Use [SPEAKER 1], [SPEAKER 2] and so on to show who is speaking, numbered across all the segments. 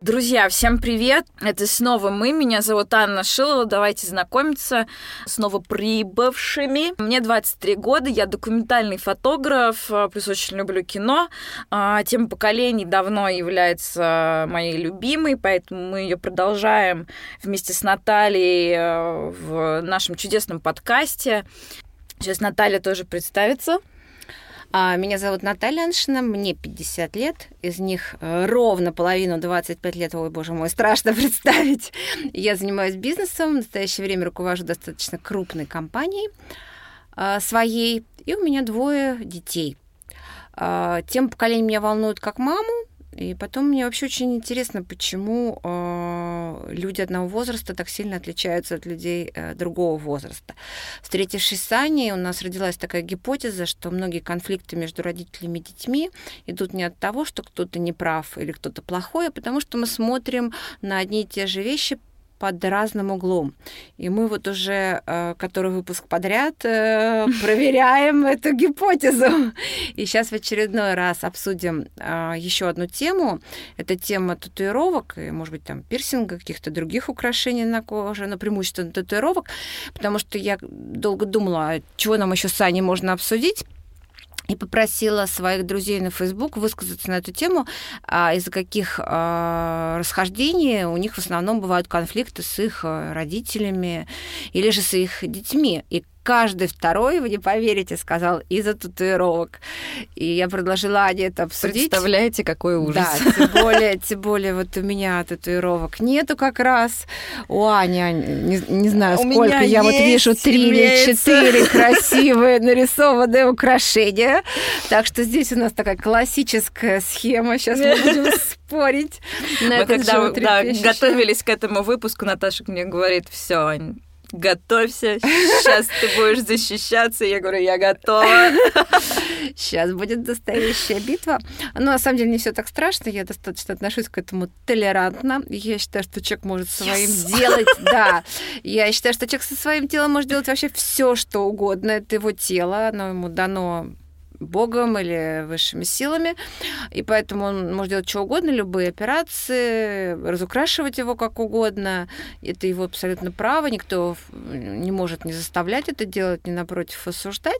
[SPEAKER 1] Друзья, всем привет! Это снова мы. Меня зовут Анна Шилова. Давайте знакомиться с новоприбывшими. Мне 23 года, я документальный фотограф, плюс очень люблю кино. Тема поколений давно является моей любимой, поэтому мы ее продолжаем вместе с Натальей в нашем чудесном подкасте. Сейчас Наталья тоже представится.
[SPEAKER 2] Меня зовут Наталья Аншина, мне 50 лет, из них ровно половину 25 лет, ой, боже мой, страшно представить. Я занимаюсь бизнесом, в настоящее время руковожу достаточно крупной компанией своей, и у меня 2 детей. Тема поколений меня волнует как маму, и потом мне вообще очень интересно, почему люди одного возраста так сильно отличаются от людей другого возраста. Встретившись с Аней, у нас родилась такая гипотеза, что многие конфликты между родителями и детьми идут не от того, что кто-то неправ или кто-то плохой, а потому что мы смотрим на одни и те же вещи под разным углом. И мы вот уже который выпуск подряд проверяем эту гипотезу. И сейчас в очередной раз обсудим еще одну тему. Это тема татуировок и, может быть, там пирсинга, каких-то других украшений на коже, но преимущественно татуировок, потому что я долго думала, чего нам еще с Аней можно обсудить. И попросила своих друзей на Facebook высказаться на эту тему, из-за каких расхождений у них в основном бывают конфликты с их родителями или же с их детьми. И каждый второй, вы не поверите, сказал из-за татуировок. И я предложила Ане это обсудить.
[SPEAKER 1] Представляете, какой ужас.
[SPEAKER 2] Да, тем более вот у меня татуировок нету как раз. У Ани, не знаю, сколько, я вот вижу 3 или 4 красивые нарисованные украшения. Так что здесь у нас такая классическая схема. Сейчас мы будем спорить.
[SPEAKER 1] Мы когда готовились к этому выпуску, Наташа мне говорит: все, Ань, готовься, сейчас ты будешь защищаться. Я говорю, я готова.
[SPEAKER 2] Сейчас будет настоящая битва. Но на самом деле не все так страшно. Я достаточно отношусь к этому толерантно. Я считаю, что человек может своим делать. Да. Я считаю, что человек со своим телом может делать вообще все, что угодно. Это его тело, оно ему дано Богом или высшими силами, и поэтому он может делать что угодно, любые операции, разукрашивать его как угодно. Это его абсолютно право, никто не может не заставлять это делать, не напротив осуждать.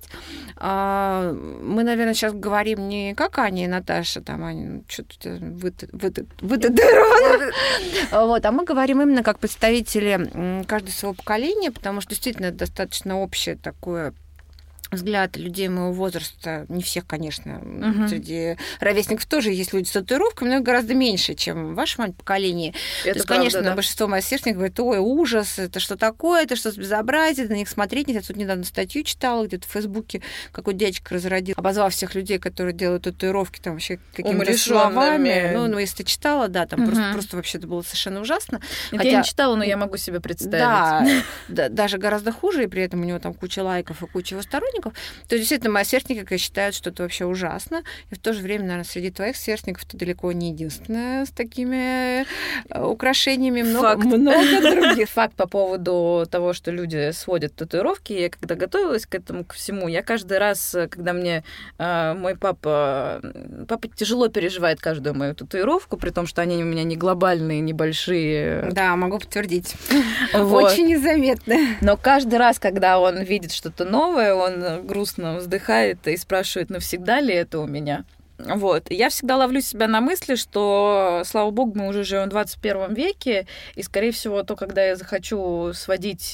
[SPEAKER 2] Мы, наверное, сейчас говорим не как Аня и Наташа, там, Аня, что-то вытатуировано. Вот, а мы говорим именно как представители каждого своего поколения, потому что действительно это достаточно общее такое взгляд людей моего возраста, не всех, конечно, среди ровесников тоже есть люди с татуировками, но гораздо меньше, чем в вашем поколении.
[SPEAKER 1] Это
[SPEAKER 2] то есть,
[SPEAKER 1] правда,
[SPEAKER 2] конечно,
[SPEAKER 1] да.
[SPEAKER 2] Большинство моих сверстников говорит: ой, ужас, это что такое, это что за безобразие, на них смотреть нельзя. Я тут недавно статью читала, где-то в Фейсбуке какой дядечка разродил, обозвав всех людей, которые делают татуировки, там вообще какими-то словами. Ну, если ты читала, да, там просто вообще это было совершенно ужасно.
[SPEAKER 1] Хотя, я не читала, но я могу себе представить.
[SPEAKER 2] Да, даже гораздо хуже, и при этом у него там куча лайков и куча его сторонников. То есть, действительно, мои сверстники считают, что это вообще ужасно. И в то же время, наверное, среди твоих сверстников ты далеко не единственная с такими украшениями. Много других.
[SPEAKER 1] Факт по поводу того, что люди сводят татуировки. Я когда готовилась к этому, ко всему, я каждый раз, когда мне мой папа тяжело переживает каждую мою татуировку, при том, что они у меня не глобальные, не большие.
[SPEAKER 2] Да, могу подтвердить.
[SPEAKER 1] Вот.
[SPEAKER 2] Очень незаметно.
[SPEAKER 1] Но каждый раз, когда он видит что-то новое, он грустно вздыхает и спрашивает, навсегда ли это у меня. Вот. Я всегда ловлю себя на мысли, что, слава богу, мы уже живем в 21 веке, и, скорее всего, когда я захочу сводить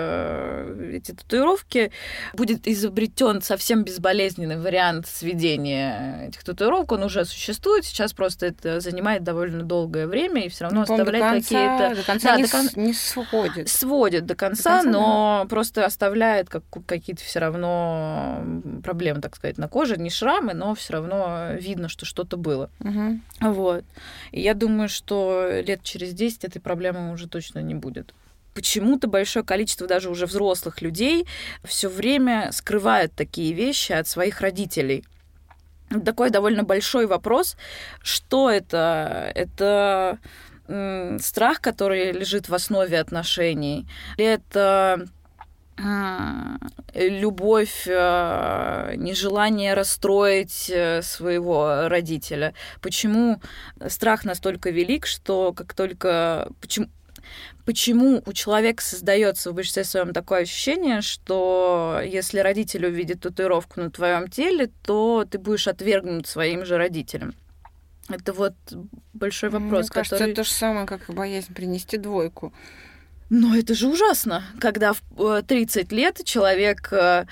[SPEAKER 1] эти татуировки, будет изобретен совсем безболезненный вариант сведения этих татуировок. Он уже существует, сейчас просто это занимает довольно долгое время, и все равно оставляет какие-то...
[SPEAKER 2] До конца не сводит.
[SPEAKER 1] Сводит до конца, но просто оставляет какие-то все равно проблемы, так сказать, на коже. Не шрамы, но все равно видно, что что-то было. Вот. И я думаю, что лет через 10 этой проблемы уже точно не будет. Почему-то большое количество даже уже взрослых людей все время скрывает такие вещи от своих родителей. Такой довольно большой вопрос, что это? Это страх, который лежит в основе отношений? Или это любовь, нежелание расстроить своего родителя? Почему страх настолько велик, что как только... Почему у человека создается в большинстве своем такое ощущение, что если родитель увидит татуировку на твоем теле, то ты будешь отвергнут своим же родителям? Это вот большой вопрос.
[SPEAKER 2] Мне кажется, это то же самое, как боязнь принести двойку.
[SPEAKER 1] Но это же ужасно, когда в 30 лет человек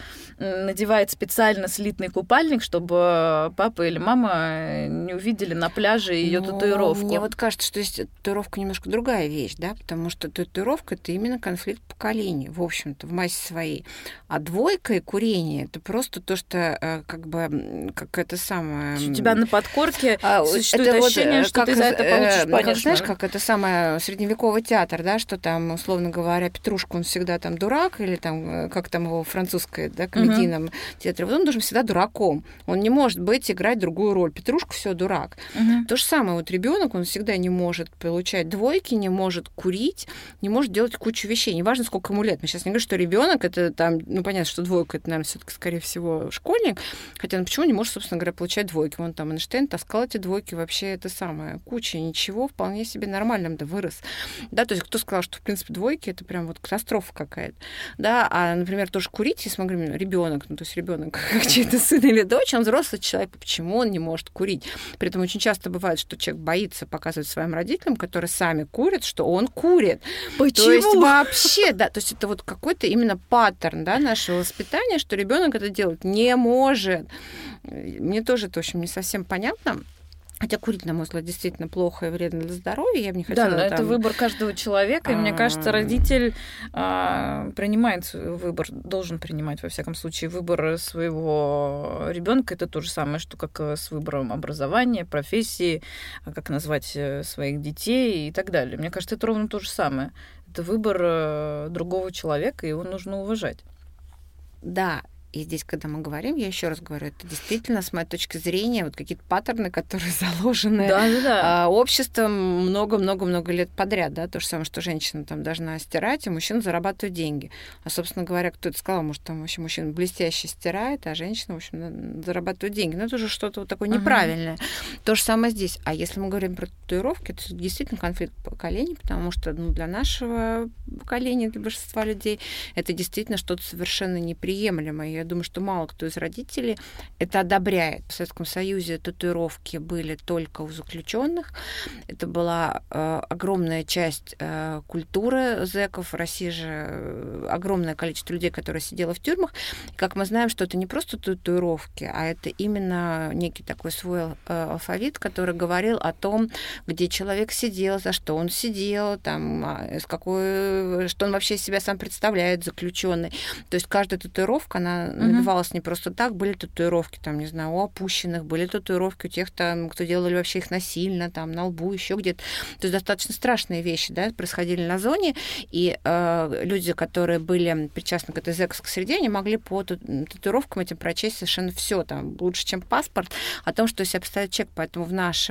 [SPEAKER 1] надевает специально слитный купальник, чтобы папа или мама не увидели на пляже ее татуировку.
[SPEAKER 2] Мне вот кажется, что здесь татуировка немножко другая вещь, да, потому что татуировка — это именно конфликт поколений, в общем-то, в массе своей. А двойка и курение — это просто то, что как бы, как это самое...
[SPEAKER 1] У тебя на подкорке существует ощущение, что ты за это получишь панишмент.
[SPEAKER 2] Знаешь, как это самое средневековый театр, да, что там, условно говоря, Петрушка, он всегда там дурак, или там, как там его французское, да, комедийном театре, вот он должен всегда дураком. Он не может играть другую роль. Петрушка все дурак. То же самое, вот ребенок, он всегда не может получать двойки, не может курить, не может делать кучу вещей. Неважно, сколько ему лет. Мы сейчас не говорим, что ребенок это там, ну, понятно, что двойка, это, наверное, все-таки, скорее всего, школьник. Хотя, ну, почему не может, собственно говоря, получать двойки? Вон там Эйнштейн таскал эти двойки вообще, это самое, куча, ничего, вполне себе нормальным, да, вырос. Да, то есть кто сказал, что, в принципе, двойки это прям вот катастрофа какая-то. Да, а, например, тоже курить, если мы говорим, ребенок, ну, то есть ребенок как чей-то сын или дочь, он взрослый человек, почему он не может курить? При этом очень часто бывает, что человек боится показывать своим родителям, которые сами курят, что он курит.
[SPEAKER 1] Почему?
[SPEAKER 2] То есть вообще, да, то есть это вот какой-то именно паттерн, да, нашего воспитания, что ребенок это делать не может. Мне тоже это, в общем, не совсем понятно. Хотя курить, на мой взгляд, действительно плохо и вредно для здоровья. Я бы не хотела...
[SPEAKER 1] Да, но это выбор каждого человека, и мне кажется, родитель принимает свой выбор, должен принимать, во всяком случае, выбор своего ребенка. Это то же самое, что как с выбором образования, профессии, как назвать своих детей и так далее. Мне кажется, это ровно то же самое. Это выбор другого человека, и его нужно уважать.
[SPEAKER 2] Да. И здесь, когда мы говорим, я еще раз говорю, это действительно, с моей точки зрения, вот какие-то паттерны, которые заложены обществом много-много-много лет подряд. Да? То же самое, что женщина там должна стирать, а мужчина зарабатывает деньги. А, собственно говоря, кто это сказал, может, там вообще мужчина блестяще стирает, а женщина, в общем, зарабатывает деньги. Ну, это уже что-то вот такое неправильное. То же самое здесь. А если мы говорим про татуировки, это действительно конфликт поколений, потому что для нашего поколения, для большинства людей, это действительно что-то совершенно неприемлемое. Я думаю, что мало кто из родителей это одобряет. В Советском Союзе татуировки были только у заключенных. Это была огромная часть культуры зэков. В России же огромное количество людей, которые сидело в тюрьмах. И, как мы знаем, что это не просто татуировки, а это именно некий такой свой алфавит, который говорил о том, где человек сидел, за что он сидел, там, что он вообще из себя сам представляет, заключенный. То есть каждая татуировка, она набивалась не просто так. Были татуировки, там, не знаю, у опущенных, были татуировки у тех, там, кто делали вообще их насильно, там, на лбу, еще где-то. То есть достаточно страшные вещи, да, происходили на зоне, и люди, которые были причастны к этой зэковской среде, они могли по татуировкам этим прочесть совершенно все, там, лучше, чем паспорт, о том, что из себя представляет человек. Поэтому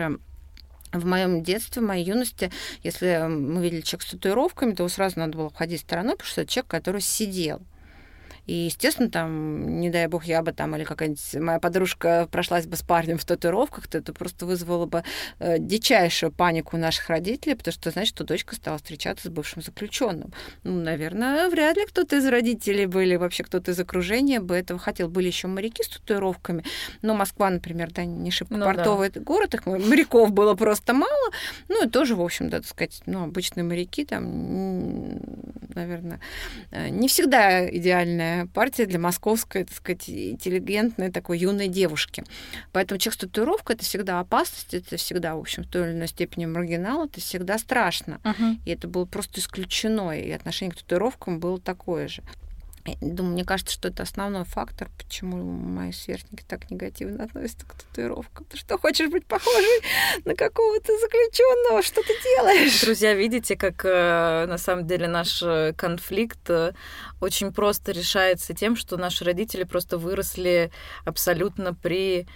[SPEAKER 2] в моем детстве, в моей юности, если мы видели человека с татуировками, то его сразу надо было обходить стороной, потому что это человек, который сидел. И, естественно, там, не дай бог, я бы там, или какая-нибудь моя подружка прошлась бы с парнем в татуировках, то это просто вызвало бы дичайшую панику у наших родителей, потому что, значит, что дочка стала встречаться с бывшим заключенным. Ну, наверное, вряд ли кто-то из родителей бы, или вообще кто-то из окружения бы этого хотел. Были еще моряки с татуировками, но Москва, например, да, не шибко портовый город, их моряков было просто мало. Ну, и тоже, в общем, да, так сказать, обычные моряки там, наверное, не всегда идеальная партия для московской, так сказать, интеллигентной такой юной девушки. Поэтому человек с татуировкой — это всегда опасность, это всегда, в общем, в той или иной степени маргинал, это всегда страшно. И это было просто исключено, и отношение к татуировкам было такое же. Думаю, мне кажется, что это основной фактор, почему мои сверстники так негативно относятся к татуировкам. Ты что, хочешь быть похожей на какого-то заключенного? Что ты делаешь?
[SPEAKER 1] Друзья, видите, как на самом деле наш конфликт очень просто решается тем, что наши родители просто выросли абсолютно при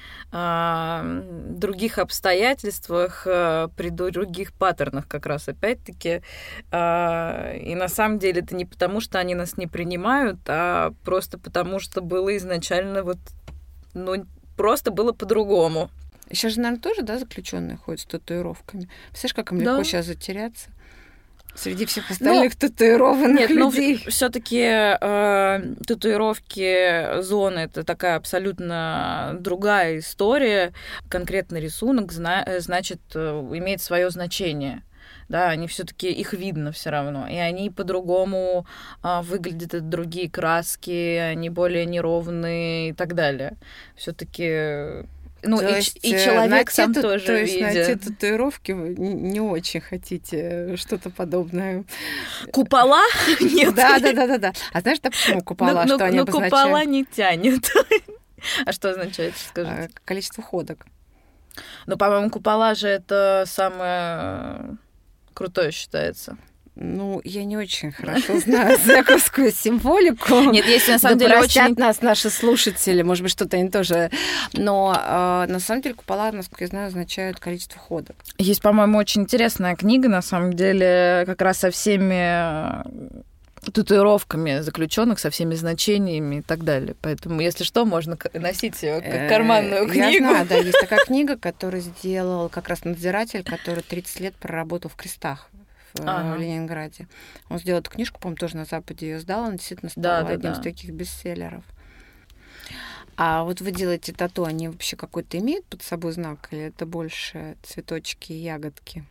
[SPEAKER 1] других обстоятельствах, при других паттернах как раз опять-таки. И на самом деле это не потому, что они нас не принимают, а просто потому, что было изначально просто было по-другому.
[SPEAKER 2] Сейчас же, наверное, тоже, да, заключенные ходят с татуировками. Представляешь, как им легко сейчас затеряться среди всех остальных татуированных людей.
[SPEAKER 1] Все-таки татуировки зоны это такая абсолютно другая история. Конкретный рисунок, значит, имеет свое значение. Да, они все-таки их видно все равно, и они по-другому выглядят, это другие краски, они более неровные и так далее. Все-таки. И человек сам тоже
[SPEAKER 2] то есть
[SPEAKER 1] видит.
[SPEAKER 2] На те татуировки вы не очень хотите что-то подобное.
[SPEAKER 1] Купола? Нет.
[SPEAKER 2] Да. А знаешь, да почему купола? Что они обозначают?
[SPEAKER 1] Купола не тянет. А что означает, скажите?
[SPEAKER 2] Количество ходок.
[SPEAKER 1] По-моему, купола же это самое крутое считается.
[SPEAKER 2] Я не очень хорошо знаю зэковскую символику.
[SPEAKER 1] Нет, если на самом деле
[SPEAKER 2] простят нас наши слушатели, может быть, что-то они тоже... Но на самом деле купола, насколько я знаю, означают количество ходок.
[SPEAKER 1] Есть, по-моему, очень интересная книга, на самом деле, как раз со всеми татуировками заключенных, со всеми значениями и так далее. Поэтому, если что, можно носить ее как карманную книгу.
[SPEAKER 2] Я знаю, да, есть такая книга, которую сделал как раз надзиратель, который 30 лет проработал в крестах в Ленинграде. Он сделал эту книжку, по-моему, тоже на Западе ее сдал, она действительно стала одним из таких бестселлеров. А вот вы делаете тату, они вообще какой-то имеют под собой знак, или это больше цветочки и ягодки?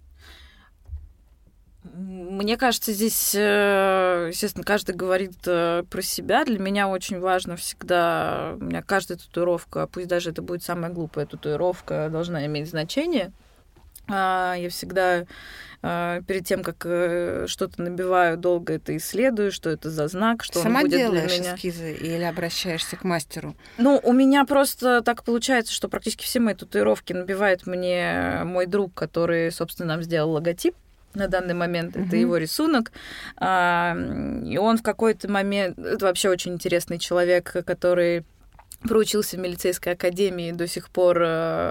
[SPEAKER 1] Мне кажется, здесь, естественно, каждый говорит про себя. Для меня очень важно всегда, у меня каждая татуировка, пусть даже это будет самая глупая татуировка, должна иметь значение. Я всегда перед тем, как что-то набиваю, долго это исследую, что это за знак, что
[SPEAKER 2] сама
[SPEAKER 1] он будет для
[SPEAKER 2] делаешь
[SPEAKER 1] меня.
[SPEAKER 2] Эскизы или обращаешься к мастеру?
[SPEAKER 1] У меня просто так получается, что практически все мои татуировки набивает мне мой друг, который, собственно, нам сделал логотип. На данный момент это его рисунок. И он в какой-то момент... Это вообще очень интересный человек, который проучился в милицейской академии, до сих пор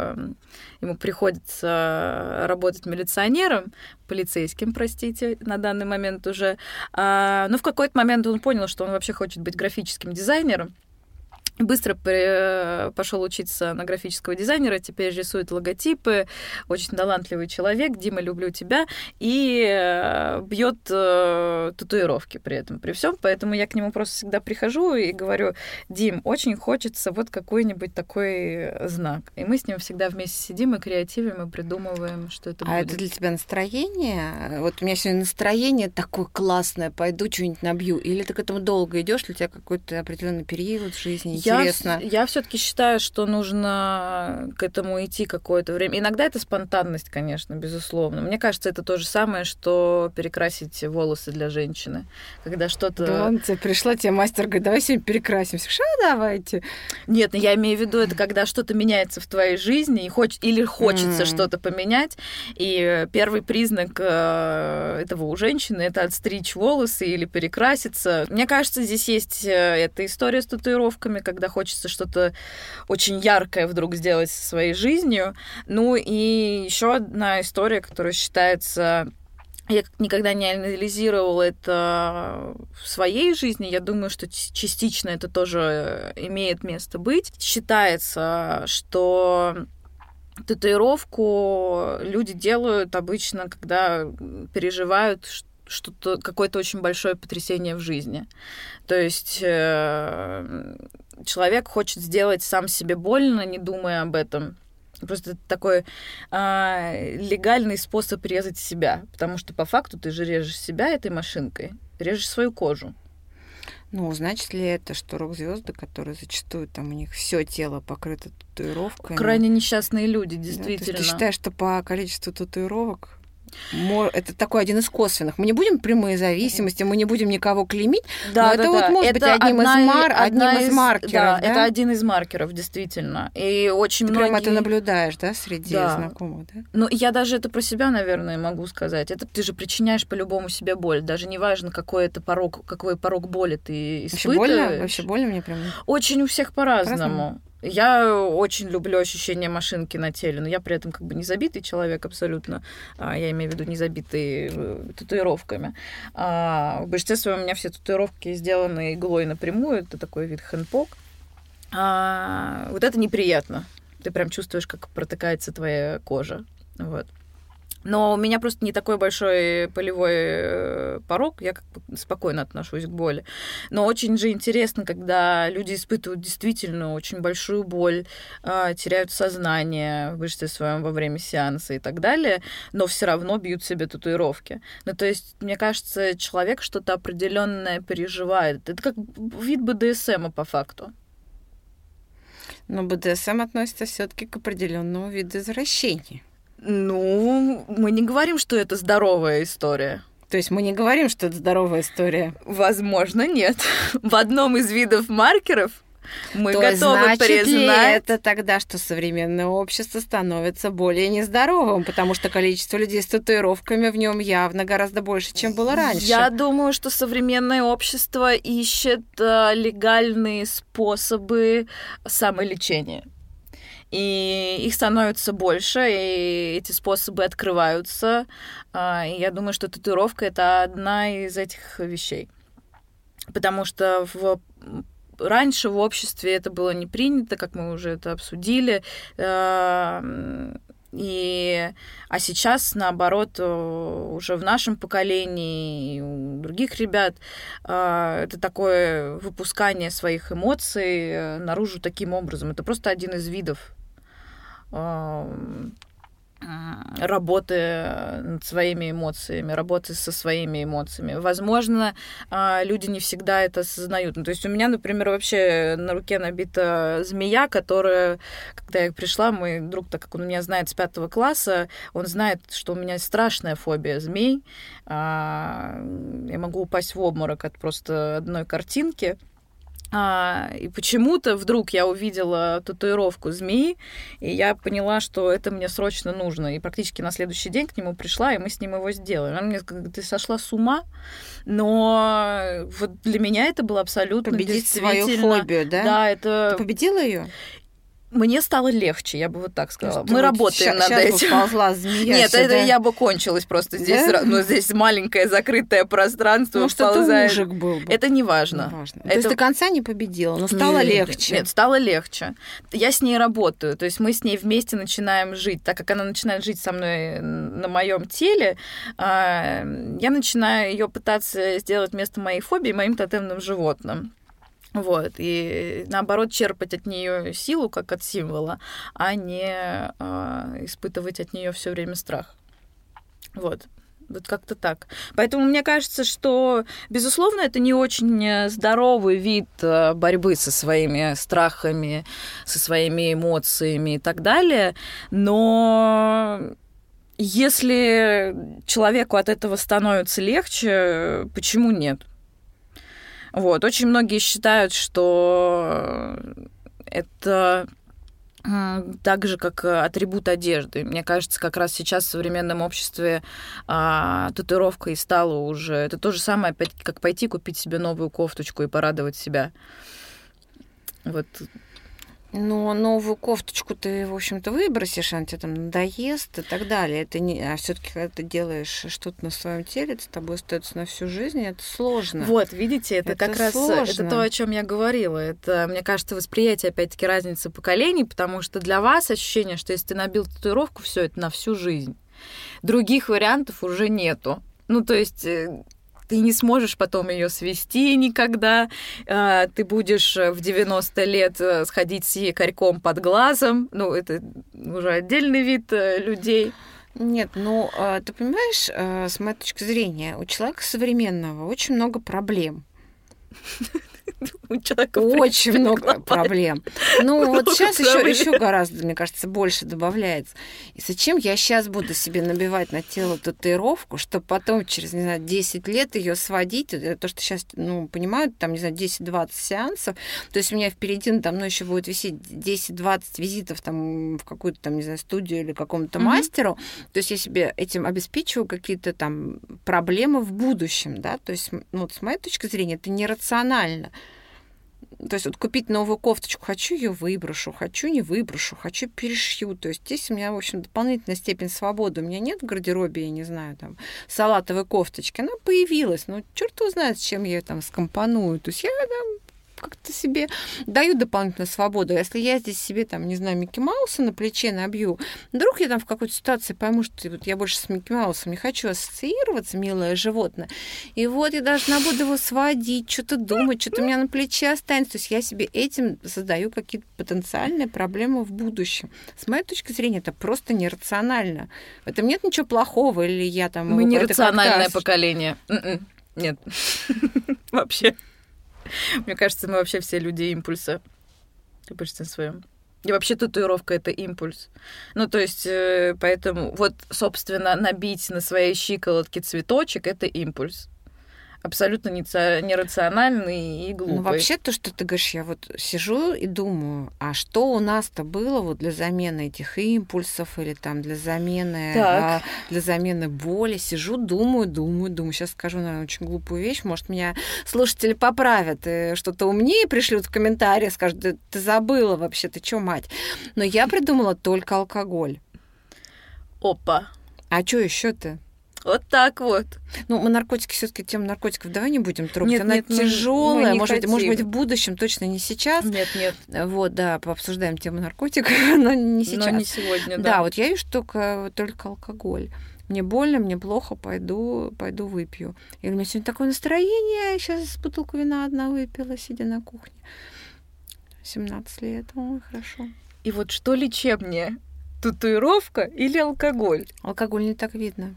[SPEAKER 1] ему приходится работать милиционером, полицейским, простите, на данный момент уже. Но в какой-то момент он понял, что он вообще хочет быть графическим дизайнером. Быстро пошел учиться на графического дизайнера, теперь рисует логотипы, очень талантливый человек, Дима, люблю тебя, и бьет татуировки при этом, при всем, поэтому я к нему просто всегда прихожу и говорю: Дим, очень хочется вот какой-нибудь такой знак, и мы с ним всегда вместе сидим и креативим, и придумываем, что это будет.
[SPEAKER 2] А это для тебя настроение? Вот у меня сегодня настроение такое классное, пойду что-нибудь набью, или ты к этому долго идешь, для тебя какой-то определенный период в жизни? Интересно.
[SPEAKER 1] Я все-таки считаю, что нужно к этому идти какое-то время. Иногда это спонтанность, конечно, безусловно. Мне кажется, это то же самое, что перекрасить волосы для женщины. Когда что-то...
[SPEAKER 2] Да ладно, пришла тебе мастер, говорит, давай сегодня перекрасимся. Давайте.
[SPEAKER 1] Нет, я имею в виду, это когда что-то меняется в твоей жизни, или хочется что-то поменять. И первый признак этого у женщины — это отстричь волосы или перекраситься. Мне кажется, здесь есть эта история с татуировками, когда хочется что-то очень яркое вдруг сделать со своей жизнью. И еще одна история, которая считается... Я никогда не анализировала это в своей жизни. Я думаю, что частично это тоже имеет место быть. Считается, что татуировку люди делают обычно, когда переживают что-то, какое-то очень большое потрясение в жизни. То есть человек хочет сделать сам себе больно, не думая об этом. Просто это такой легальный способ резать себя, потому что по факту ты же режешь себя этой машинкой, режешь свою кожу.
[SPEAKER 2] Значит ли это, что рок-звезды, которые зачастую там у них все тело покрыто татуировками?
[SPEAKER 1] Крайне несчастные люди, действительно.
[SPEAKER 2] Да, то есть ты считаешь, что по количеству татуировок это такой один из косвенных. Мы не будем прямые зависимости, мы не будем никого клеймить, но это может быть одним из маркеров.
[SPEAKER 1] Да, это один из маркеров, действительно. И очень
[SPEAKER 2] ты
[SPEAKER 1] многие...
[SPEAKER 2] прямо это наблюдаешь, да, среди знакомых, да?
[SPEAKER 1] Я даже это про себя, наверное, могу сказать. Это ты же причиняешь по-любому себе боль. Даже неважно, какой порог боли ты испытываешь.
[SPEAKER 2] Вообще больно мне прям?
[SPEAKER 1] Очень у всех по-разному. Я очень люблю ощущение машинки на теле, но я при этом как бы не забитый человек абсолютно. Я имею в виду не забитый татуировками. В большинстве своем у меня все татуировки сделаны иглой напрямую. Это такой вид хэндпок. Вот это неприятно. Ты прям чувствуешь, как протыкается твоя кожа. Вот. Но у меня просто не такой большой болевой порог, я как бы спокойно отношусь к боли. Но очень же интересно, когда люди испытывают действительно очень большую боль, теряют сознание в большинстве своем во время сеанса и так далее, но все равно бьют себе татуировки. Ну, то есть, мне кажется, человек что-то определенное переживает. Это как вид БДСМа по факту.
[SPEAKER 2] Но БДСМ относится все-таки к определенному виду извращений.
[SPEAKER 1] Ну, мы не говорим, что это здоровая история.
[SPEAKER 2] То есть мы не говорим, что это здоровая история?
[SPEAKER 1] Возможно, нет. В одном из видов маркеров мы
[SPEAKER 2] то
[SPEAKER 1] готовы
[SPEAKER 2] значит
[SPEAKER 1] признать...
[SPEAKER 2] ли это тогда, что современное общество становится более нездоровым, потому что количество людей с татуировками в нем явно гораздо больше, чем было раньше?
[SPEAKER 1] Я думаю, что современное общество ищет легальные способы самолечения. И их становится больше, и эти способы открываются. И я думаю, что татуировка — это одна из этих вещей. Потому что раньше в обществе это было не принято, как мы уже это обсудили. А сейчас, наоборот, уже в нашем поколении и у других ребят это такое выпускание своих эмоций наружу таким образом. Это просто один из видов работы над своими эмоциями, работы со своими эмоциями. Возможно, люди не всегда это осознают. Ну, то есть у меня, например, вообще на руке набита змея, которая, когда я пришла, мой друг, так как он меня знает с 5 класса, он знает, что у меня страшная фобия змей. Я могу упасть в обморок от просто одной картинки. И почему-то вдруг я увидела татуировку змеи, и я поняла, что это мне срочно нужно. И практически на следующий день к нему пришла, и мы с ним его сделали. Он мне сказал: ты сошла с ума? Но вот для меня это было абсолютно
[SPEAKER 2] победить свою фобию, да?
[SPEAKER 1] Да, это...
[SPEAKER 2] Ты победила ее?
[SPEAKER 1] Мне стало легче, я бы вот так сказала. Мы работаем над этим.
[SPEAKER 2] Сейчас ползла змея.
[SPEAKER 1] Нет,
[SPEAKER 2] сюда.
[SPEAKER 1] это я бы кончилась просто здесь.
[SPEAKER 2] Да?
[SPEAKER 1] Но здесь маленькое закрытое пространство.
[SPEAKER 2] Ну, что-то ужик был бы.
[SPEAKER 1] Это не важно.
[SPEAKER 2] То есть до конца не победила, но стало легче.
[SPEAKER 1] Нет, стало легче. Я с ней работаю. То есть мы с ней вместе начинаем жить. Так как она начинает жить со мной на моем теле, я начинаю ее пытаться сделать вместо моей фобии моим тотемным животным. Вот, и наоборот, черпать от нее силу, как от символа, а не испытывать от нее все время страх. Вот как-то так. Поэтому мне кажется, что, безусловно, это не очень здоровый вид борьбы со своими страхами, со своими эмоциями и так далее, но если человеку от этого становится легче, почему нет? Вот. Очень многие считают, что это так же, как атрибут одежды. Мне кажется, как раз сейчас в современном обществе татуировка и стала уже... Это то же самое, как пойти купить себе новую кофточку и порадовать себя. Вот.
[SPEAKER 2] Но новую кофточку ты, в общем-то, выбросишь, она тебе там надоест и так далее. Это не... А все-таки, когда ты делаешь что-то на своем теле, это с тобой остается на всю жизнь, это сложно.
[SPEAKER 1] Вот, видите, это как раз это то, о чем я говорила. Это, мне кажется, восприятие, опять-таки, разницы поколений, потому что для вас ощущение, что если ты набил татуировку, все это на всю жизнь. Других вариантов уже нету. Ну, то есть... Ты не сможешь потом ее свести никогда. Ты будешь в 90 лет сходить с якорьком под глазом. Ну, это уже отдельный вид людей.
[SPEAKER 2] Нет, ну, ты понимаешь, с моей точки зрения, у человека современного очень много проблем.
[SPEAKER 1] У человека
[SPEAKER 2] очень много проблем. Ну, вот сейчас еще гораздо, мне кажется, больше добавляется. И зачем я сейчас буду себе набивать на тело татуировку, чтобы потом через, не знаю, 10 лет ее сводить? То, что сейчас, ну, понимают, там, не знаю, 10-20 сеансов. То есть у меня впереди надо мной еще будет висеть 10-20 визитов там в какую-то, там, не знаю, студию или какому-то мастеру. То есть я себе этим обеспечиваю какие-то там проблемы в будущем, да? То есть, ну, вот с моей точки зрения, это нерационально. То есть вот купить новую кофточку, хочу ее выброшу, хочу не выброшу, хочу перешью. То есть здесь у меня, в общем, дополнительная степень свободы. У меня нет в гардеробе, я не знаю, там, салатовой кофточки. Она появилась, но черт его знает, с чем я ее там скомпоную. То есть я там как-то себе даю дополнительную свободу. Если я здесь себе, там, не знаю, Микки Мауса на плече набью, вдруг я там в какой-то ситуации пойму, что вот я больше с Микки Маусом не хочу ассоциироваться, милое животное, и вот я должна буду его сводить, что-то думать, что-то у меня на плече останется. То есть я себе этим создаю какие-то потенциальные проблемы в будущем. С моей точки зрения, это просто нерационально. В этом нет ничего плохого, или я там...
[SPEAKER 1] Мы нерациональное поколение. Нет. Вообще. Мне кажется, мы вообще все люди импульса в большинстве своем. И вообще татуировка — это импульс. Ну, то есть, поэтому вот, собственно, набить на своей щиколотке цветочек — это импульс. Абсолютно нерациональный и глупый.
[SPEAKER 2] Ну, вообще, то, что ты говоришь, я вот сижу и думаю, а что у нас-то было вот для замены этих импульсов или там для замены боли? Сижу, думаю. Сейчас скажу, наверное, очень глупую вещь. Может, меня слушатели поправят и что-то умнее пришлют в комментарии, скажут, да ты забыла вообще, ты чё, мать? Но я придумала только алкоголь.
[SPEAKER 1] Опа.
[SPEAKER 2] А что еще-то?
[SPEAKER 1] Вот так вот.
[SPEAKER 2] Ну, мы наркотики, все-таки тему наркотиков давай не будем трогать.
[SPEAKER 1] Нет,
[SPEAKER 2] она тяжелая, может быть, в будущем, точно не сейчас.
[SPEAKER 1] Нет.
[SPEAKER 2] Вот, да, пообсуждаем тему наркотиков, но не сейчас.
[SPEAKER 1] Но не сегодня, да.
[SPEAKER 2] Да, вот я вижу только алкоголь. Мне больно, мне плохо, пойду выпью. Или у меня сегодня такое настроение, я сейчас бутылку вина одна выпила, сидя на кухне. 17 лет, ой, хорошо.
[SPEAKER 1] И вот что лечебнее, татуировка или алкоголь?
[SPEAKER 2] Алкоголь не так видно.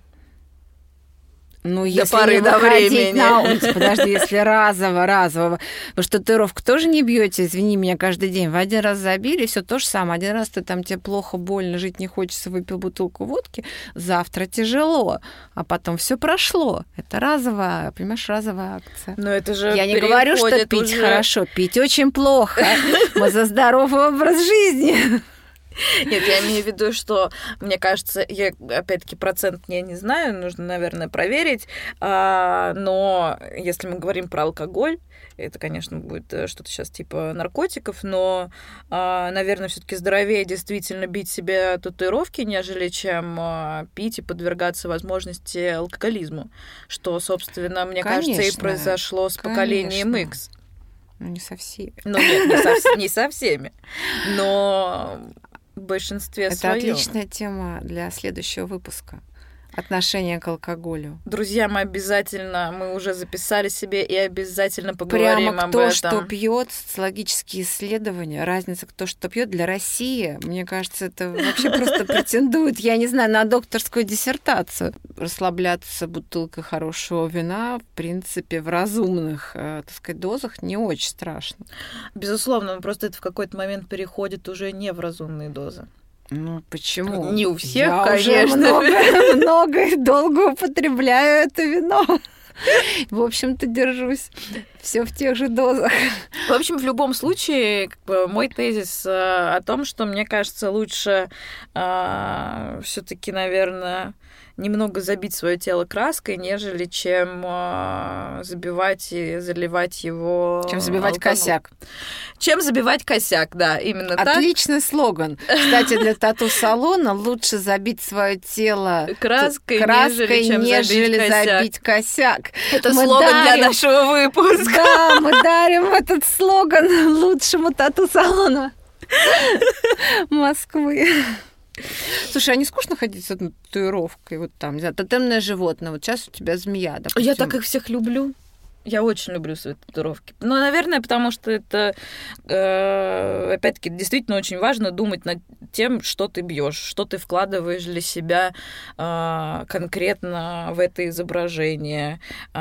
[SPEAKER 2] Ну,
[SPEAKER 1] до
[SPEAKER 2] если
[SPEAKER 1] поры
[SPEAKER 2] не
[SPEAKER 1] до времени.
[SPEAKER 2] На улицу, подожди, если разово. Вы что, татуировку тоже не бьете, извини меня, каждый день? В один раз забили, все то же самое. Один раз ты там, тебе плохо, больно, жить не хочется, выпил бутылку водки, завтра тяжело, а потом все прошло. Это разовая, понимаешь, разовая акция.
[SPEAKER 1] Но это же
[SPEAKER 2] я не говорю, что пить
[SPEAKER 1] уже...
[SPEAKER 2] хорошо, пить очень плохо. Мы за здоровый образ жизни.
[SPEAKER 1] Нет, я имею в виду, что, мне кажется, я, опять-таки, процент я не знаю, нужно, наверное, проверить, но если мы говорим про алкоголь, это, конечно, будет что-то сейчас типа наркотиков, но, наверное, все-таки здоровее действительно бить себе татуировки, нежели чем пить и подвергаться возможности алкоголизму, что, собственно, мне кажется, и произошло с поколением X.
[SPEAKER 2] Ну, не со всеми.
[SPEAKER 1] Ну, нет, не со всеми, но... в большинстве своем.
[SPEAKER 2] Это отличная тема для следующего выпуска. Отношение к алкоголю.
[SPEAKER 1] Друзья, мы уже записали себе и обязательно поговорим
[SPEAKER 2] прямо
[SPEAKER 1] об
[SPEAKER 2] кто
[SPEAKER 1] этом.
[SPEAKER 2] что пьет, социологические исследования, разница, кто что пьет для России, мне кажется, это вообще просто претендует, я не знаю, на докторскую диссертацию. Расслабляться бутылкой хорошего вина, в принципе, в разумных, так сказать, дозах не очень страшно.
[SPEAKER 1] Безусловно, просто это в какой-то момент переходит уже не в разумные дозы.
[SPEAKER 2] Ну, почему?
[SPEAKER 1] Не у всех,
[SPEAKER 2] я
[SPEAKER 1] конечно.
[SPEAKER 2] Уже много и долго употребляю это вино. В общем-то, держусь все в тех же дозах.
[SPEAKER 1] В общем, в любом случае, мой тезис о том, что, мне кажется, лучше все-таки, наверное, немного забить свое тело краской, нежели чем забивать и заливать его.
[SPEAKER 2] Чем забивать косяк.
[SPEAKER 1] Чем забивать косяк, да, именно так.
[SPEAKER 2] Отличный слоган. Кстати, для тату-салона лучше забить свое тело
[SPEAKER 1] краской нежели
[SPEAKER 2] забить косяк.
[SPEAKER 1] Это слоган для нашего выпуска.
[SPEAKER 2] Да, мы дарим этот слоган лучшему тату-салону Москвы. Слушай, а не скучно ходить с одной татуировкой? Вот там, не знаю, тотемное животное. Вот сейчас у тебя змея, допустим.
[SPEAKER 1] Я так их всех люблю. Я очень люблю свои татуировки. Ну, наверное, потому что это, опять-таки, действительно очень важно думать над тем, что ты бьешь, что ты вкладываешь для себя конкретно в это изображение,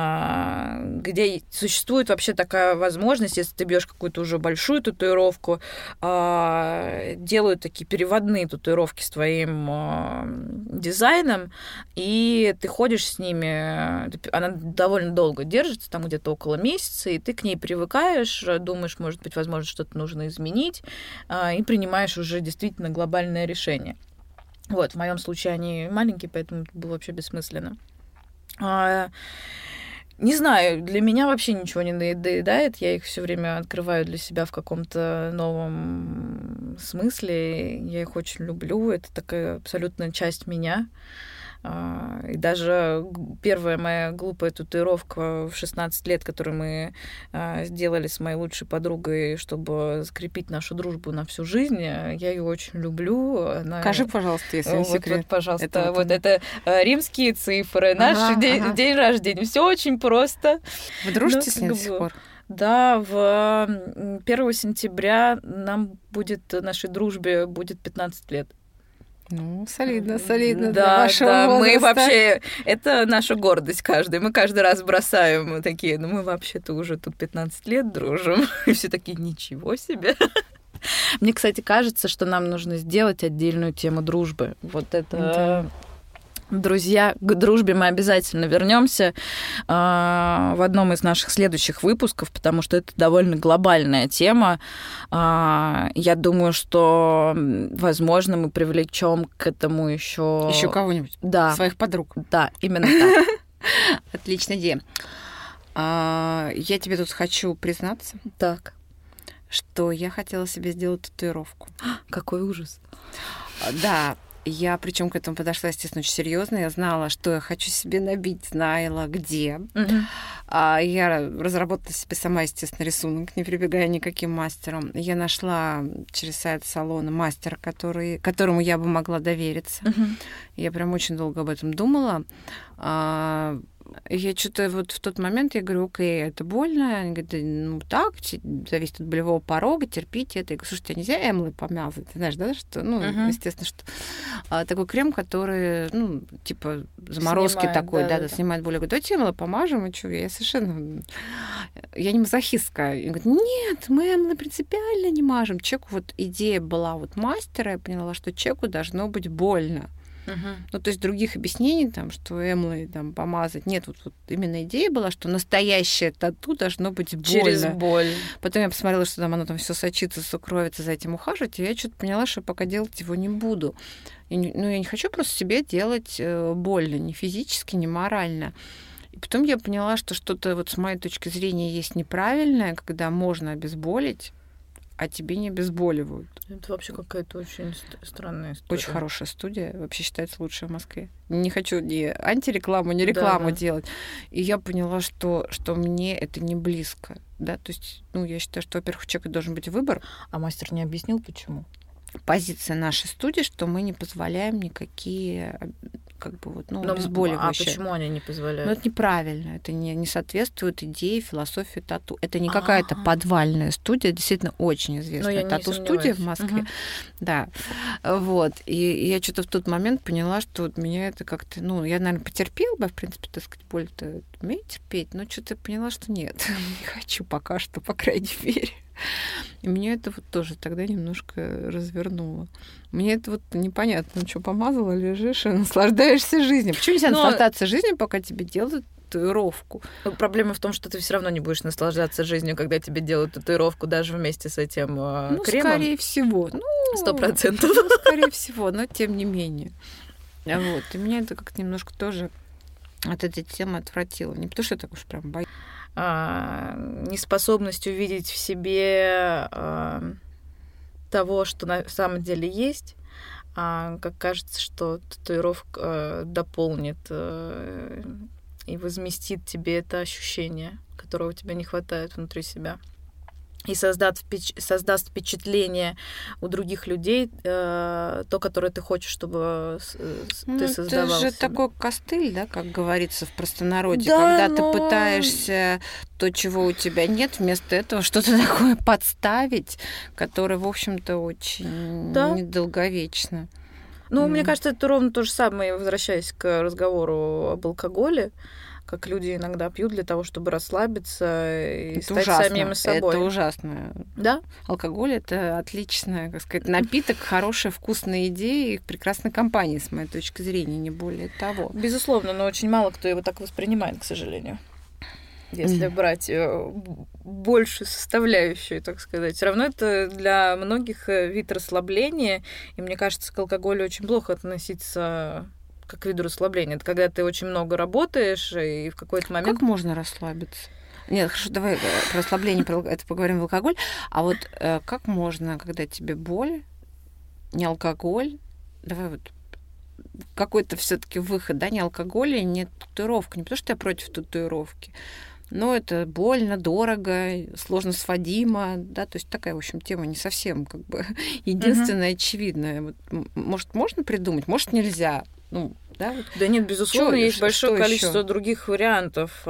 [SPEAKER 1] где существует вообще такая возможность, если ты бьешь какую-то уже большую татуировку, делают такие переводные татуировки с твоим дизайном, и ты ходишь с ними, она довольно долго держится, там где-то около месяца, и ты к ней привыкаешь, думаешь, может быть, возможно, что-то нужно изменить, и принимаешь уже действительно глобальное решение. Вот, в моем случае они маленькие, поэтому это было вообще бессмысленно. Не знаю, для меня вообще ничего не надоедает. Я их все время открываю для себя в каком-то новом смысле. Я их очень люблю. Это такая абсолютная часть меня. И даже первая моя глупая татуировка в 16 лет, которую мы сделали с моей лучшей подругой, чтобы закрепить нашу дружбу на всю жизнь, я ее очень люблю.
[SPEAKER 2] Скажи, пожалуйста, если не секрет.
[SPEAKER 1] Вот, пожалуйста, это римские цифры, наш день рождения. Все очень просто.
[SPEAKER 2] Вы дружите с ней до сих пор?
[SPEAKER 1] Да, 1 сентября нашей дружбе будет 15 лет.
[SPEAKER 2] Ну, солидно для
[SPEAKER 1] Да,
[SPEAKER 2] вашего возраста.
[SPEAKER 1] Мы вообще... Это наша гордость каждый. Мы каждый раз бросаем такие, мы вообще-то уже тут 15 лет дружим. И все такие, ничего себе. Мне, кстати, кажется, что нам нужно сделать отдельную тему дружбы. Вот это...
[SPEAKER 2] Да.
[SPEAKER 1] Друзья, к дружбе мы обязательно вернемся в одном из наших следующих выпусков, потому что это довольно глобальная тема. Я думаю, что, возможно, мы привлечем к этому еще
[SPEAKER 2] кого-нибудь?
[SPEAKER 1] Да.
[SPEAKER 2] Своих подруг?
[SPEAKER 1] Да, именно так.
[SPEAKER 2] Отличная идея. Я тебе тут хочу признаться.
[SPEAKER 1] Так.
[SPEAKER 2] Что я хотела себе сделать татуировку.
[SPEAKER 1] Какой ужас.
[SPEAKER 2] Да. Я, причем к этому подошла, естественно, очень серьезно. Я знала, что я хочу себе набить, знала где. Я разработала себе сама, естественно, рисунок, не прибегая никаким мастерам. Я нашла через сайт салона мастера, которому я бы могла довериться. Я прям очень долго об этом думала. Я что-то вот в тот момент, я говорю, окей, это больно. Они говорят, так, зависит от болевого порога, терпите это. Я говорю, слушайте, а нельзя эмлой помазать? Ты знаешь, да, что, естественно, что такой крем, который, типа заморозки снимает, такой, да, снимает боль. Я говорю, давайте эмлой помажем, и что, я совершенно... Я не мазохистка. Я говорю, нет, мы эмлой принципиально не мажем. Человеку вот идея была вот мастера, я поняла, что человеку должно быть больно. То есть других объяснений, там, что эмлой там, помазать, нет. Вот именно идея была, что настоящее тату должно быть больно.
[SPEAKER 1] Через боль.
[SPEAKER 2] Потом я посмотрела, что там оно там все сочится, сукровится, за этим ухаживать, и я что-то поняла, что пока делать его не буду. Я не хочу просто себе делать больно, ни физически, ни морально. И потом я поняла, что что-то вот с моей точки зрения есть неправильное, когда можно обезболить, а тебе не обезболивают.
[SPEAKER 1] Это вообще какая-то очень странная история.
[SPEAKER 2] Очень хорошая студия. Вообще считается лучшей в Москве. Не хочу ни антирекламу, ни рекламу делать. И я поняла, что мне это не близко. Да? То есть, я считаю, что, во-первых, у человека должен быть выбор.
[SPEAKER 1] А мастер не объяснил, почему?
[SPEAKER 2] Позиция нашей студии, что мы не позволяем никакие обезболивающие.
[SPEAKER 1] А почему они не позволяют?
[SPEAKER 2] Это неправильно. Это не соответствует идее, философии тату. Это не какая-то подвальная студия, действительно очень известная тату-студия в Москве. Да. Вот. И я что-то в тот момент поняла, что вот меня это как-то... я, наверное, потерпела бы, в принципе, так сказать, боль-то умею терпеть, но что-то поняла, что нет, не хочу пока что, по крайней мере. И меня это вот тоже тогда немножко развернуло. Мне это вот непонятно, что помазала, лежишь и наслаждаешься жизнью. Почему нельзя наслаждаться жизнью, пока тебе делают татуировку?
[SPEAKER 1] Проблема в том, что ты все равно не будешь наслаждаться жизнью, когда тебе делают татуировку, даже вместе с этим кремом.
[SPEAKER 2] Скорее всего.
[SPEAKER 1] 100%.
[SPEAKER 2] Скорее всего, но тем не менее. Вот. И меня это как-то немножко тоже от этой темы отвратило. Не потому что я так уж прям боюсь.
[SPEAKER 1] Неспособность увидеть в себе того, что на самом деле есть, как кажется, что татуировка дополнит и возместит тебе это ощущение, которого у тебя не хватает внутри себя. И создаст впечатление у других людей, то, которое ты хочешь, чтобы ты создавал.
[SPEAKER 2] Это же такой костыль, да, как говорится в простонародье, когда ты пытаешься то, чего у тебя нет, вместо этого что-то такое подставить, которое, в общем-то, очень недолговечно.
[SPEAKER 1] Мне кажется, это ровно то же самое, возвращаясь к разговору об алкоголе, как люди иногда пьют для того, чтобы расслабиться и стать самим собой.
[SPEAKER 2] Это ужасно.
[SPEAKER 1] Да?
[SPEAKER 2] Алкоголь — это отличная, как сказать, напиток, хорошая, вкусная идея и прекрасной компании, с моей точки зрения, не более того.
[SPEAKER 1] Безусловно, но очень мало кто его так воспринимает, к сожалению. Если брать большую составляющую, так сказать. Все равно это для многих вид расслабления, и мне кажется, к алкоголю очень плохо относиться как виду расслабления. Это когда ты очень много работаешь, и в какой-то момент...
[SPEAKER 2] Как можно расслабиться? Нет, хорошо, давай про расслабление, это поговорим в алкоголь. А вот как можно, когда тебе боль, не алкоголь, давай вот какой-то все-таки выход, да, не алкоголь и не татуировка. Не потому что я против татуировки, но это больно, дорого, сложно сводимо, да, то есть такая, в общем, тема не совсем как бы единственная, очевидная. Вот, может, можно придумать, может, нельзя. Ну, да, вот.
[SPEAKER 1] Да нет, безусловно, есть большое количество других вариантов.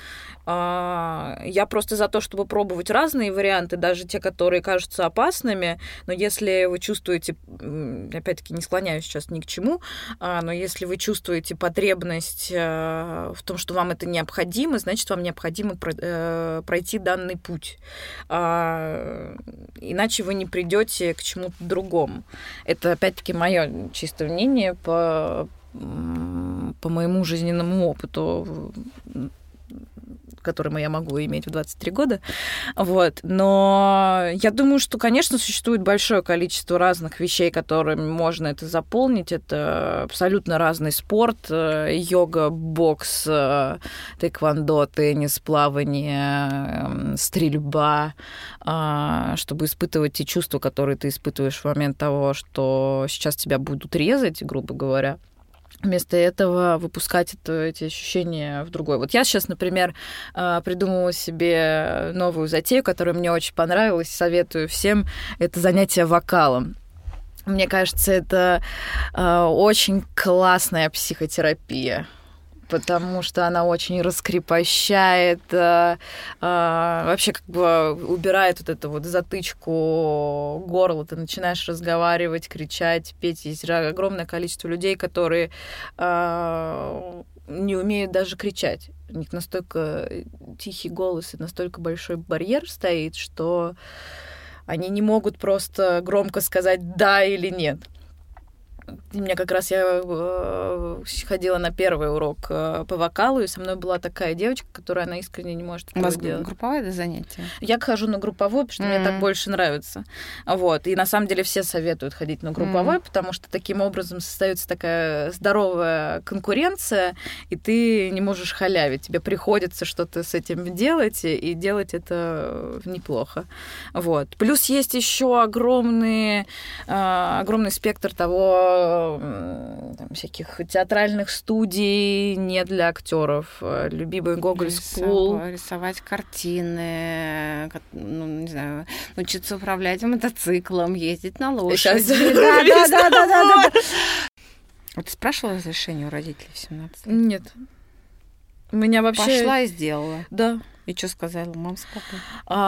[SPEAKER 1] Я просто за то, чтобы пробовать разные варианты, даже те, которые кажутся опасными, но если вы чувствуете, опять-таки не склоняюсь сейчас ни к чему, но если вы чувствуете потребность в том, что вам это необходимо, значит, вам необходимо пройти данный путь. Иначе вы не придете к чему-то другому. Это, опять-таки, мое чистое мнение по моему жизненному опыту, который я могу иметь в 23 года. Вот. Но я думаю, что, конечно, существует большое количество разных вещей, которыми можно это заполнить. Это абсолютно разный спорт. Йога, бокс, тэквондо, теннис, плавание, стрельба, чтобы испытывать те чувства, которые ты испытываешь в момент того, что сейчас тебя будут резать, грубо говоря. Вместо этого выпускать эти ощущения в другой. Вот я сейчас, например, придумала себе новую затею, которая мне очень понравилась, советую всем. Это занятие вокалом. Мне кажется, это очень классная психотерапия, потому что она очень раскрепощает, вообще как бы убирает вот эту вот затычку горла, ты начинаешь разговаривать, кричать, петь. Есть огромное количество людей, которые не умеют даже кричать. У них настолько тихий голос и настолько большой барьер стоит, что они не могут просто громко сказать «да» или «нет». У меня как раз я ходила на первый урок по вокалу, и со мной была такая девочка, которая она искренне не может этого делать.
[SPEAKER 2] У вас групповое это занятие?
[SPEAKER 1] Я хожу на групповое, потому что мне так больше нравится. Вот. И на самом деле все советуют ходить на групповое, потому что таким образом создается такая здоровая конкуренция, и ты не можешь халявить. Тебе приходится что-то с этим делать, и делать это неплохо. Вот. Плюс есть еще огромный спектр того, всяких театральных студий не для актеров. Любимый Гоголь Скул.
[SPEAKER 2] Рисовать картины, ну, не знаю, учиться управлять мотоциклом, ездить на лошади. Да. Ты спрашивала разрешение у родителей в 17 лет?
[SPEAKER 1] Нет. У меня вообще...
[SPEAKER 2] Пошла и сделала.
[SPEAKER 1] Да.
[SPEAKER 2] И что сказала мама с папой?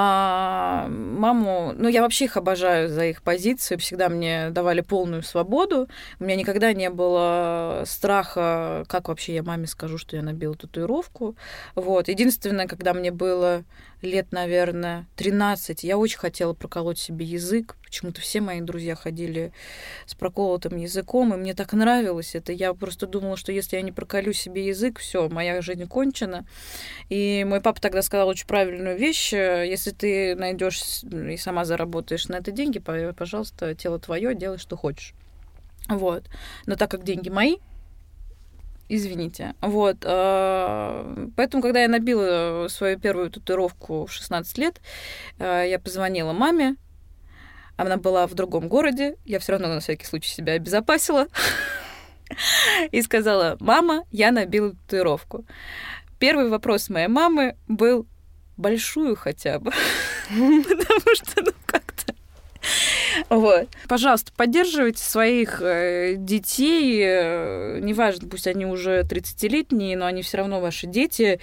[SPEAKER 1] Маму... Ну, я вообще их обожаю за их позицию. Всегда мне давали полную свободу. У меня никогда не было страха, как вообще я маме скажу, что я набила татуировку. Вот. Единственное, когда мне было лет, наверное, 13, я очень хотела проколоть себе язык. Почему-то все мои друзья ходили с проколотым языком, и мне так нравилось это. Я просто думала, что если я не проколю себе язык, все, моя жизнь кончена. И мой папа тогда сказал очень правильную вещь. Если ты найдешь и сама заработаешь на это деньги, пожалуйста, тело твое, делай, что хочешь. Вот. Но так как деньги мои, извините. Вот. Поэтому, когда я набила свою первую татуировку в 16 лет, я позвонила маме. Она была в другом городе. Я все равно на всякий случай себя обезопасила. И сказала: мама, я набила татуировку. Первый вопрос моей мамы был: большую хотя бы. Потому что, ну, как-то... Вот. Пожалуйста, поддерживайте своих детей, неважно, пусть они уже 30-летние, но они все равно ваши дети,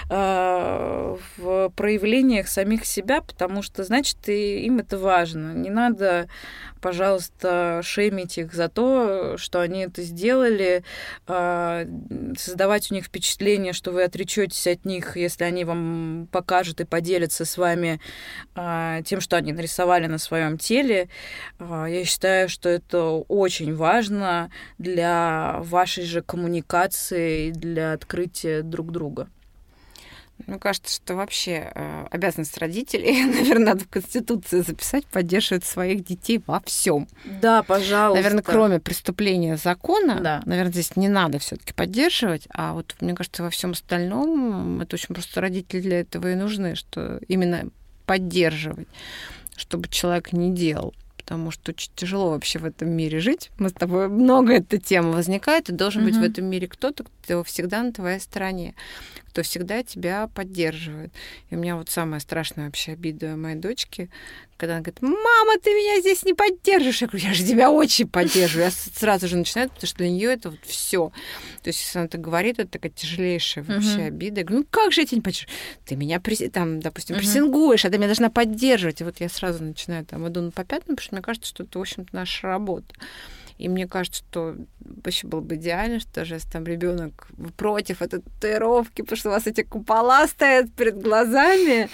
[SPEAKER 1] в проявлениях самих себя, потому что, значит, им это важно. Не надо, пожалуйста, шеймить их за то, что они это сделали, создавать у них впечатление, что вы отречетесь от них, если они вам покажут и поделятся с вами тем, что они нарисовали на своем теле. Я считаю, что это очень важно для вашей же коммуникации и для открытия друг друга.
[SPEAKER 2] Мне кажется, что вообще обязанность родителей, наверное, надо в Конституции записать, поддерживать своих детей во всем.
[SPEAKER 1] Да, пожалуйста.
[SPEAKER 2] Наверное, кроме преступления закона,
[SPEAKER 1] Да.
[SPEAKER 2] наверное, здесь не надо все-таки поддерживать, а вот мне кажется, во всем остальном это очень просто родители для этого и нужны, что именно поддерживать, чтобы человек не делал. Потому что очень тяжело вообще в этом мире жить. Мы с тобой много эта тема возникает, и должен быть в этом мире кто-то, кто всегда на твоей стороне, кто всегда тебя поддерживает. И у меня вот самая страшная вообще обида моей дочки, когда она говорит: мама, ты меня здесь не поддержишь. Я говорю: я же тебя очень поддерживаю. Я сразу же начинаю, потому что для нее это вот все. То есть, если она так говорит, это такая тяжелейшая вообще обида. Я говорю: ну как же я тебя не поддержу? Ты меня, там, допустим, прессингуешь, а ты меня должна поддерживать. И вот я сразу начинаю там иду по пятнам, потому что мне кажется, что это, в общем-то, наша работа. И мне кажется, что вообще было бы идеально, что даже если там ребенок против этой татуировки, потому что у вас эти купола стоят перед глазами,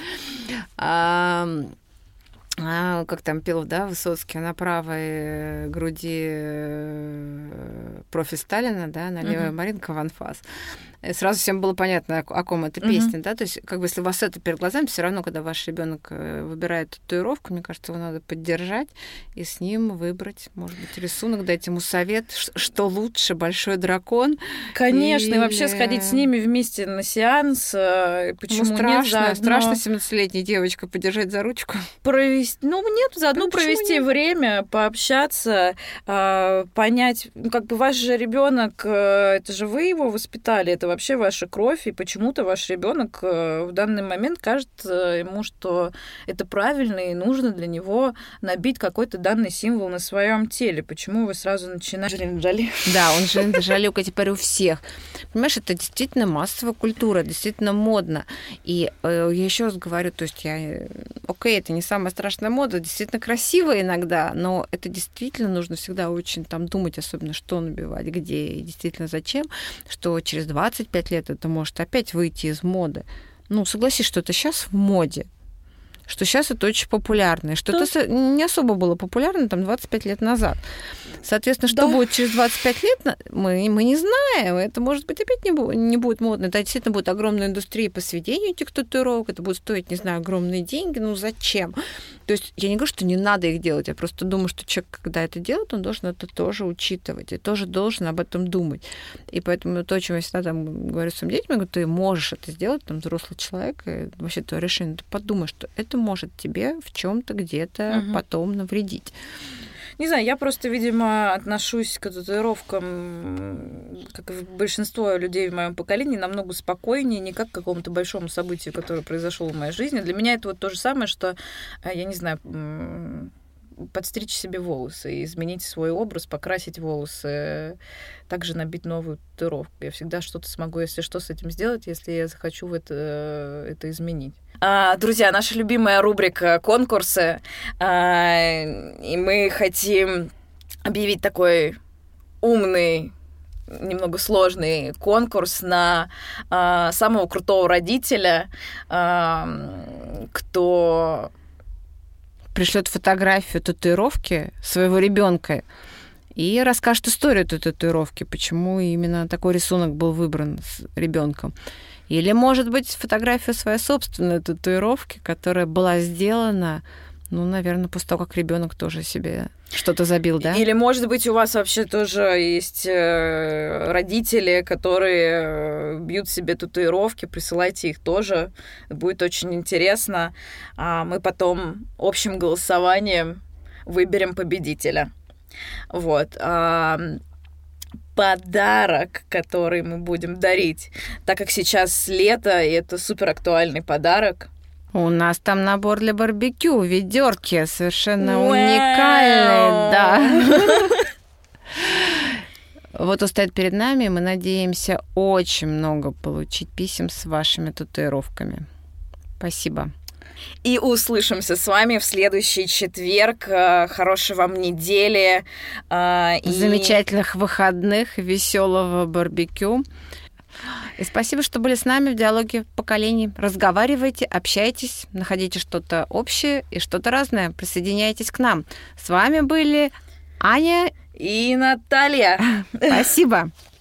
[SPEAKER 2] как там пел, да, Высоцкий, на правой груди профиль Сталина, да, на левой Маринка Ванфас. И сразу всем было понятно, о ком эта песня, да, то есть как бы если у вас это перед глазами, все равно, когда ваш ребенок выбирает татуировку, мне кажется, его надо поддержать и с ним выбрать, может быть, рисунок, дать ему совет, что лучше, большой дракон.
[SPEAKER 1] Конечно, или... и вообще сходить с ними вместе на сеанс, почему нет?
[SPEAKER 2] Страшно 17-летней девочкой подержать за ручку.
[SPEAKER 1] Заодно провести время, пообщаться, понять, как бы ваш же ребенок, это же вы его воспитали, это вообще ваша кровь, и почему-то ваш ребенок в данный момент кажется ему, что это правильно и нужно для него набить какой-то данный символ на своем теле. Почему вы сразу начинаете Джоли?
[SPEAKER 2] Да, он же Джоли теперь у всех. Понимаешь, это действительно массовая культура, действительно модно. И я еще раз говорю, то есть окей, это не самая страшная мода, действительно красиво иногда, но это действительно нужно всегда очень там думать, особенно что набивать, где и действительно зачем, что через 25 лет это может опять выйти из моды. Ну, согласись, что это сейчас в моде, что сейчас это очень популярно, и что это не особо было популярно там 25 лет назад. Соответственно, что будет через 25 лет, мы не знаем. Это, может быть, опять не будет модно. Это действительно будет огромная индустрия по сведению этих татуировок. Это будет стоить, не знаю, огромные деньги. Ну, зачем? То есть я не говорю, что не надо их делать. Я просто думаю, что человек, когда это делает, он должен это тоже учитывать. И тоже должен об этом думать. И поэтому то, о чем я всегда там говорю своим детям, я говорю: ты можешь это сделать, там, взрослый человек, и вообще твое решение. Ты подумай, что это может тебе в чем-то где-то потом навредить.
[SPEAKER 1] Не знаю, я просто, видимо, отношусь к татуировкам, как и большинство людей в моем поколении, намного спокойнее, не как к какому-то большому событию, которое произошло в моей жизни. Для меня это вот то же самое, что, я не знаю, подстричь себе волосы, изменить свой образ, покрасить волосы, также набить новую татуировку. Я всегда что-то смогу, если что, с этим сделать, если я захочу это изменить. Друзья, наша любимая рубрика «Конкурсы», и мы хотим объявить такой умный, немного сложный конкурс на самого крутого родителя, кто
[SPEAKER 2] пришлет фотографию татуировки своего ребенка и расскажет историю этой татуировки, почему именно такой рисунок был выбран с ребенком. Или, может быть, фотография своей собственной татуировки, которая была сделана, ну, наверное, после того, как ребенок тоже себе что-то забил, да?
[SPEAKER 1] Или, может быть, у вас вообще тоже есть родители, которые бьют себе татуировки, присылайте их тоже, будет очень интересно. Мы потом общим голосованием выберем победителя. Вот. Подарок, который мы будем дарить, так как сейчас лето, и это супер актуальный подарок.
[SPEAKER 2] У нас там набор для барбекю, ведерки совершенно уникальные, да. Вот он стоит перед нами, и мы надеемся очень много получить писем с вашими татуировками. Спасибо.
[SPEAKER 1] И услышимся с вами в следующий четверг. Хорошей вам недели.
[SPEAKER 2] Замечательных выходных, веселого барбекю. И спасибо, что были с нами в диалоге поколений. Разговаривайте, общайтесь, находите что-то общее и что-то разное. Присоединяйтесь к нам. С вами были Аня
[SPEAKER 1] и Наталья.
[SPEAKER 2] Спасибо.